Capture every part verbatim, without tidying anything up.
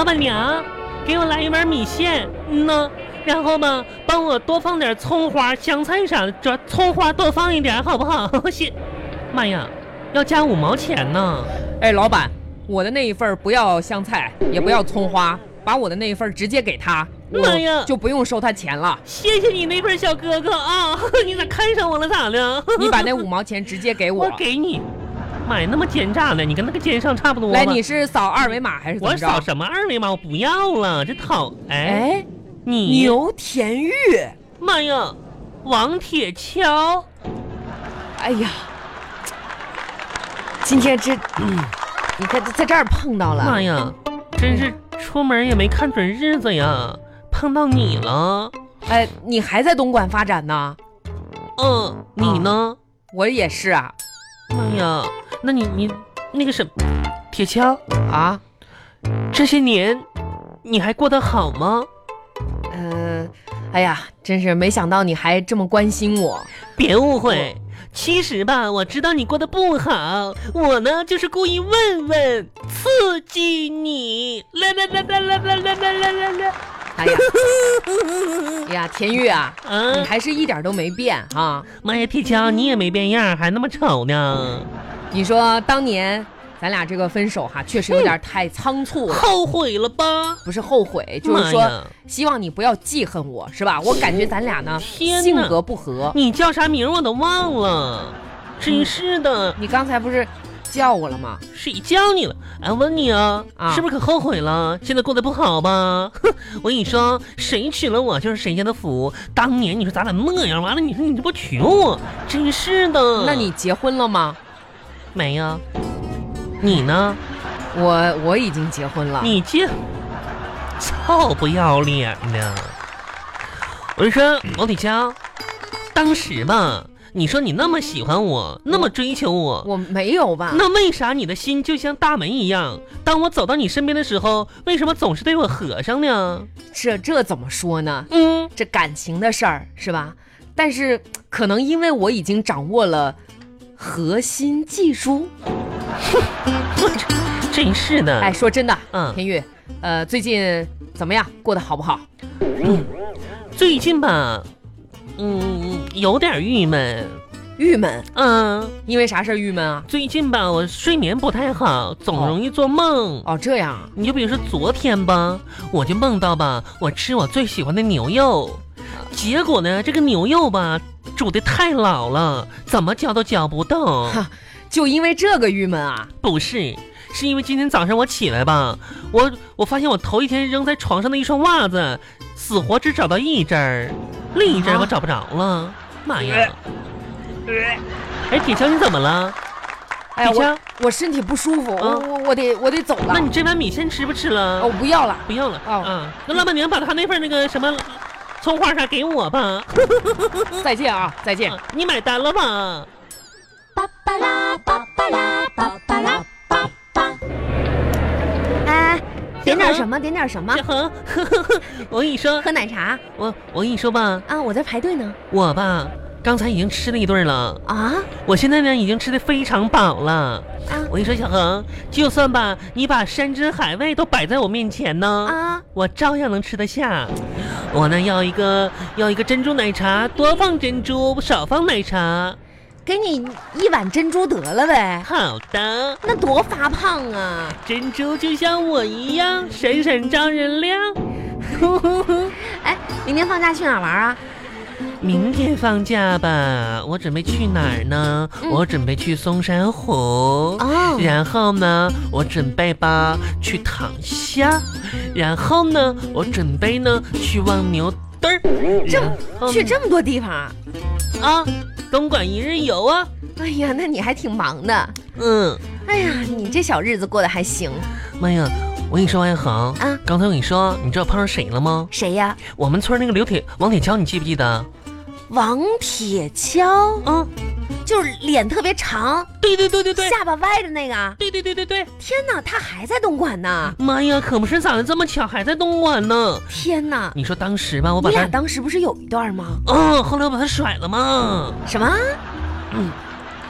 老板娘，给我来一碗米线，嗯呢，然后吧，帮我多放点葱花、香菜啥的，这葱花多放一点，好不好？谢。妈呀，要加五毛钱呢！ 哎，老板，我的那一份不要香菜，也不要葱花，把我的那一份直接给他， 妈呀， 就不用收他钱了。 谢谢你那份小哥哥啊！你咋看上我了咋的？ 你把那五毛钱直接给我， 我给你。妈呀，那么奸诈呢？你跟那个奸商差不多。 来，你是扫二维码还是怎么着？ 我扫什么二维码？我不要了，这讨哎哎， 你牛田玉， 妈呀，王铁锹， 哎呀，今天这，嗯，你看在这儿碰到了。 妈呀，真是出门也没看准日子呀，碰到你了。 哎，你还在东莞发展呢？ 嗯，你呢？ 我也是啊。 妈呀，那你你那个什么，铁锹啊， 这些年你还过得好吗？ 呃，哎呀，真是没想到你还这么关心我。 别误会，其实吧，我知道你过得不好，我呢就是故意问问，刺激你。来来来来来来来来来来来。 哎呀，哎呀，田玉啊， 嗯， 你还是一点都没变啊！ 妈呀，铁锹，你也没变样，还那么丑呢。 你说当年咱俩这个分手哈，确实有点太仓促了。 后悔了吧？ 不是后悔，就是说希望你不要记恨我，是吧？我感觉咱俩呢性格不合。 你叫啥名我都忘了，真是的。 你刚才不是叫我了吗？ 谁叫你了？哎，问你啊，啊是不是可后悔了？现在过得不好吧？哼，我跟你说，谁娶了我就是谁家的福。当年你说咱俩那样，完了你说你这不娶我，真是的。 那你结婚了吗？ 没呀。你呢？ 我我已经结婚了。 你结？操不要脸的！我就说王铁锹，当时吧。你说你那么喜欢我，那么追求我， 我没有吧？ 那为啥你的心就像大门一样？当我走到你身边的时候，为什么总是对我合上呢？ 这这怎么说呢？ 嗯， 这感情的事儿是吧？但是可能因为我已经掌握了核心技术。 真是的。 哎，说真的， 嗯， 田玉，呃，最近怎么样？过得好不好？ 嗯，最近吧。嗯，有点郁闷， 郁闷， 嗯， 因为啥事儿郁闷啊？ 最近吧，我睡眠不太好，总容易做梦。 哦，这样啊？ 你就比如说昨天吧，我就梦到吧，我吃我最喜欢的牛肉，结果呢，这个牛肉吧煮得太老了，怎么嚼都嚼不动。 哈，就因为这个郁闷啊？ 不是。是因为今天早上我起来吧，我我发现我头一天扔在床上的一双袜子，死活只找到一针儿，另一针我找不着了。妈呀！哎，铁锹你怎么了？ 哎，我我身体不舒服，我我我得我得走了。 那你这碗米线吃不吃了？ 哦，不要了， 不要了。啊，那老板娘把他那份那个什么葱花啥给我吧。 再见啊，再见。 你买单了吧？ 巴巴拉巴巴拉巴巴拉。 哎，点点什么？点点什么？ 小恒，我跟你说， 喝奶茶。 我我跟你说吧， 啊，我在排队呢。 我吧，刚才已经吃了一顿了啊。 我现在呢，已经吃得非常饱了。 啊， 我跟你说，小恒，就算吧，你把山珍海味都摆在我面前呢， 啊， 我照样能吃得下。我呢，要一个要一个珍珠奶茶，多放珍珠，少放奶茶。 给你一碗珍珠得了呗。 好的。 那多发胖啊！ 珍珠就像我一样，闪闪照人亮。 哎，明天放假去哪玩啊？ 明天放假吧，我准备去哪儿呢？嗯、我准备去松山湖。 哦。 然后呢，我准备吧去塘虾。然后呢，我准备呢去望牛墩儿。 这去这么多地方啊？ 啊。东莞一日游啊！ 哎呀，那你还挺忙的。 嗯， 哎呀，你这小日子过得还行。 妈呀，我跟你说，王一恒啊， 刚才我跟你说，你知道碰上谁了吗？ 谁呀？ 我们村那个刘铁王铁锹，你记不记得？ 王铁锹， 嗯， 就是脸特别长， 对对对对对， 下巴歪的那个， 对对对对对。 天哪，他还在东莞呢！ 妈呀，可不是咋的，这么巧还在东莞呢！ 天哪， 你说当时吧，我把他， 你俩当时不是有一段吗？ 嗯，后来我把他甩了吗？ 什么？ 嗯，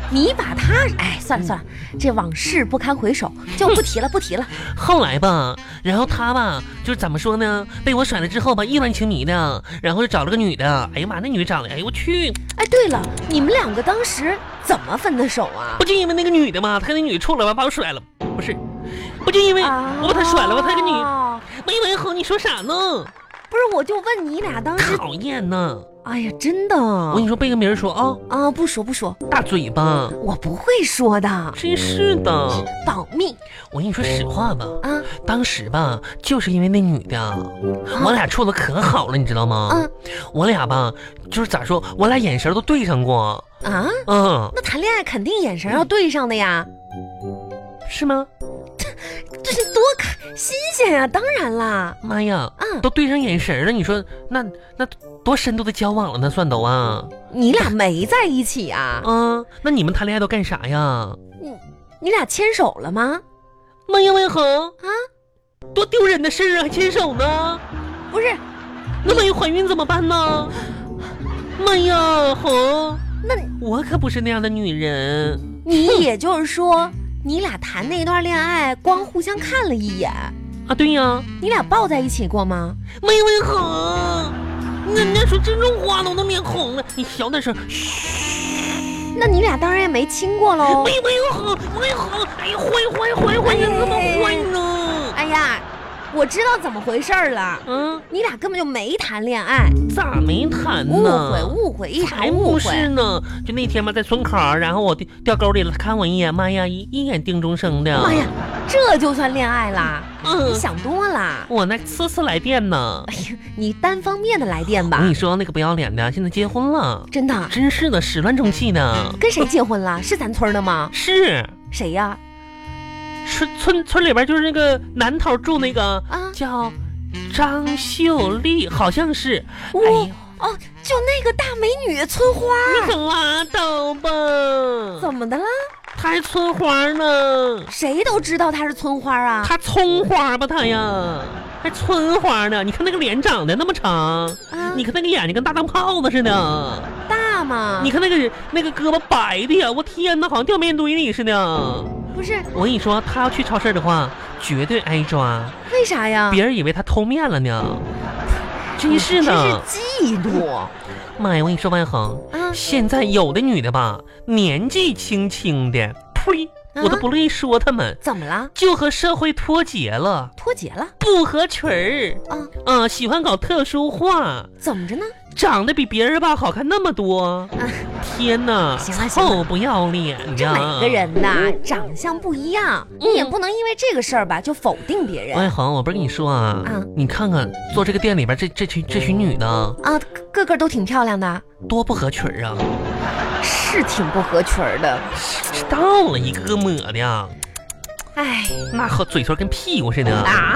你把他，哎，算了算了，这往事不堪回首，就不提了不提了。 后来吧，然后他吧，就是怎么说呢，被我甩了之后吧，意乱情迷的，然后就找了个女的。哎呀妈，那女的长得，哎呦我去！ 哎，对了，你们两个当时怎么分的手啊？ 不就因为那个女的嘛，他跟那女的处了吧，把我甩了，不是，不就因为我把她甩了吧，他跟女，没文恒，你说啥呢？ 不是，我就问你俩当时。 讨厌呢！ 哎呀，真的。 我跟你说，背个名说啊啊，不说不说， 大嘴巴， 我不会说的， 真是的， 保密。 我跟你说实话吧， 啊， 当时吧，就是因为那女的，啊、我俩处的可好了，你知道吗？ 嗯、啊， 我俩吧，就是咋说，我俩眼神都对上过啊。 嗯， 那谈恋爱肯定眼神要对上的呀， 是吗？ 这是多看新鲜呀！当然啦， 妈呀， 嗯， 都对上眼神了，你说那那多深度的交往了呢？算都啊？ 你俩没在一起啊？ 嗯，那你们谈恋爱都干啥呀？ 你你俩牵手了吗？ 妈呀，文恒啊， 多丢人的事啊，还牵手呢？ 不是， 那万一怀孕怎么办呢？妈呀，恒， 那我可不是那样的女人。 你也就是说。你俩谈那段恋爱，光互相看了一眼啊？对呀。 你俩抱在一起过吗？ 没文恒，人家说这种话了，我都脸红了。你小点声。嘘。 那你俩当然也没亲过喽。 没文恒，文恒，哎呀，坏坏坏坏，人怎么坏呢？ 哎呀，我知道怎么回事了。嗯，你俩根本就没谈恋爱。 咋没谈呢？ 误会误会，一场误会。 才不是呢！就那天嘛，在村口，然后我掉沟里了，他看我一眼，妈呀，一一眼定终生的。 妈呀，这就算恋爱啦？ 嗯， 你想多了。 我那次次来电呢。 哎呀，你单方面的来电吧。 我跟你说，那个不要脸的，现在结婚了。 真的？ 真是的，始乱终弃的。 跟谁结婚了？是咱村的吗？ 是。 谁呀？ 村村村里边就是那个南头住那个啊， 叫张秀丽，好像是。 哦、哎呦，哦，就那个大美女村花。 你可拉倒吧！ 怎么的了？ 她还村花呢？ 谁都知道她是村花啊。 她葱花吧她呀？还村花呢？你看那个脸长得那么长，啊、你看那个眼睛跟大灯泡子似的。 大吗？ 你看那个那个胳膊白的呀，我天哪，好像掉面堆里似的。 不是， 我跟你说，他要去超市的话，绝对挨抓。 为啥呀？ 别人以为他偷面了呢。真是的， 这是嫉妒。 妈呀，我跟你说，万恒，啊、现在有的女的吧，年纪轻轻的，呸！我都不乐意说他们。 怎么了？ 就和社会脱节了。 脱节了？ 不合群儿。啊啊！喜欢搞特殊化。 怎么着呢？ 长得比别人吧好看那么多。啊、天哪！ 行了行了， 臭不要脸这每个人呐，长相不一样，嗯、你也不能因为这个事儿吧就否定别人。 王一恒，我不是跟你说啊，啊你看看做这个店里边这这群这群女的啊，个个都挺漂亮的， 多不合群啊！ 是挺不合群的。 知道了，一个个抹的， 哎， 那和嘴唇跟屁股似的啊！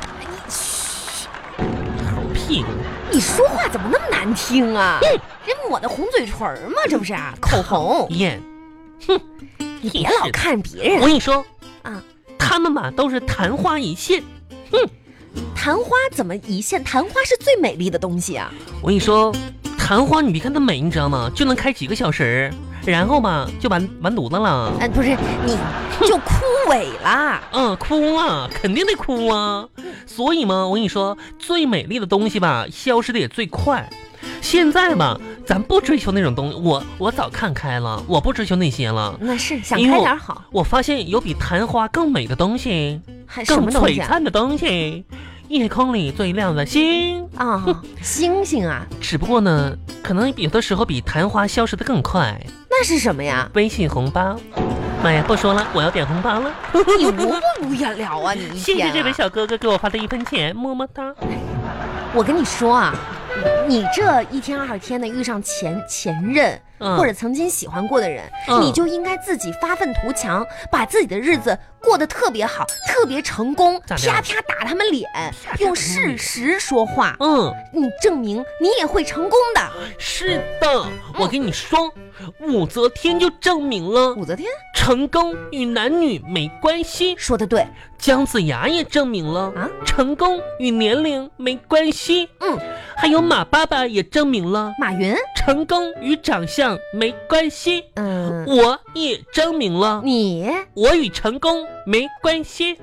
猴屁股！ 你说话怎么那么难听啊？嗯、人抹的红嘴唇嘛，这不是口红？ 耶！哼， 你别老看别人。 我跟你说啊， 他们嘛都是昙花一现。哼， 昙花怎么一现？昙花是最美丽的东西啊！ 我跟你说，昙花你别看它美，你知道吗？就能开几个小时。然后吧，就完完犊子了。 哎，不是，你就枯萎了。 嗯，枯啊，肯定得枯啊。所以嘛，我跟你说，最美丽的东西吧，消失的也最快。现在吧，咱不追求那种东西，我我早看开了，我不追求那些了。 那是想开点好。 我, 我发现有比昙花更美的东西，更璀璨的东西。夜空里最亮的星啊、哦，星星啊！ 只不过呢，可能有的时候比昙花消失的更快。 那是什么呀？ 微信红包。妈呀，不说了，我要点红包了。 你无不无眼聊啊！你一天啊谢谢这位小哥哥给我发的一分钱，么么哒。 我跟你说啊，你这一天二天的遇上前前任、嗯、或者曾经喜欢过的人、嗯、你就应该自己发愤图强，把自己的日子过得特别好，特别成功，啪啪打他们脸，用事实说话。嗯，你证明你也会成功的。 是的，我跟你说，武则天就证明了武则天成功与男女没关系。 说得对。 姜子牙也证明了啊，成功与年龄没关系。嗯，还有马爸爸也证明了马云成功与长相没关系。 嗯， 我也证明了， 你我与成功没关系。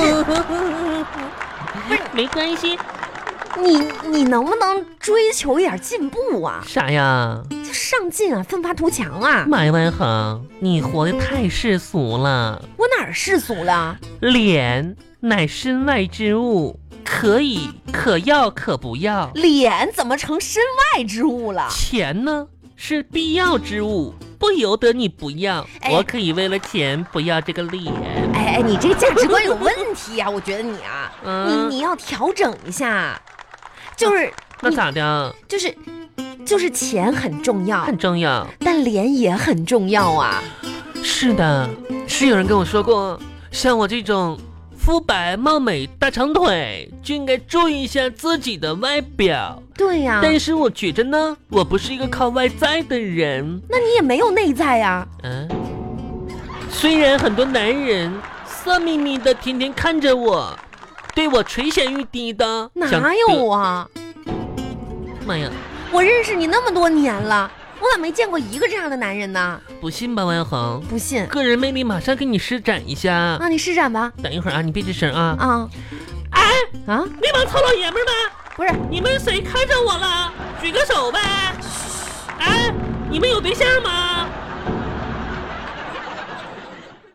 没关系。 你你能不能追求一点进步啊？ 啥呀？ 就上进啊，奋发图强啊！ 马万恒，你活得太世俗了。 我哪儿世俗了？ 脸乃身外之物，可以可要可不要。 脸怎么成身外之物了？ 钱呢是必要之物，不由得你不要。 哎、 我可以为了钱不要这个脸。 哎哎，你这价值观有问题呀、啊！我觉得你啊， 嗯、 你你要调整一下。就是那咋的？ 就是就是钱很重要， 很重要， 但脸也很重要啊。 是的，是有人跟我说过，像我这种肤白貌美大长腿，就应该注意一下自己的外表。 对呀、啊， 但是我觉着呢，我不是一个靠外在的人。 那你也没有内在呀、啊。 嗯，虽然很多男人色眯眯的天天看着我，对我垂涎欲滴的， 哪有啊？ 妈呀！ 我认识你那么多年了，我咋没见过一个这样的男人呢？ 不信吧，万恒？ 不信， 个人魅力马上给你施展一下。 那你施展吧。 等一会儿啊，你别吱声啊。 啊！ 哎啊！ 那帮臭老爷们们， 不是你们谁看着我了？举个手呗。哎，你们有对象吗？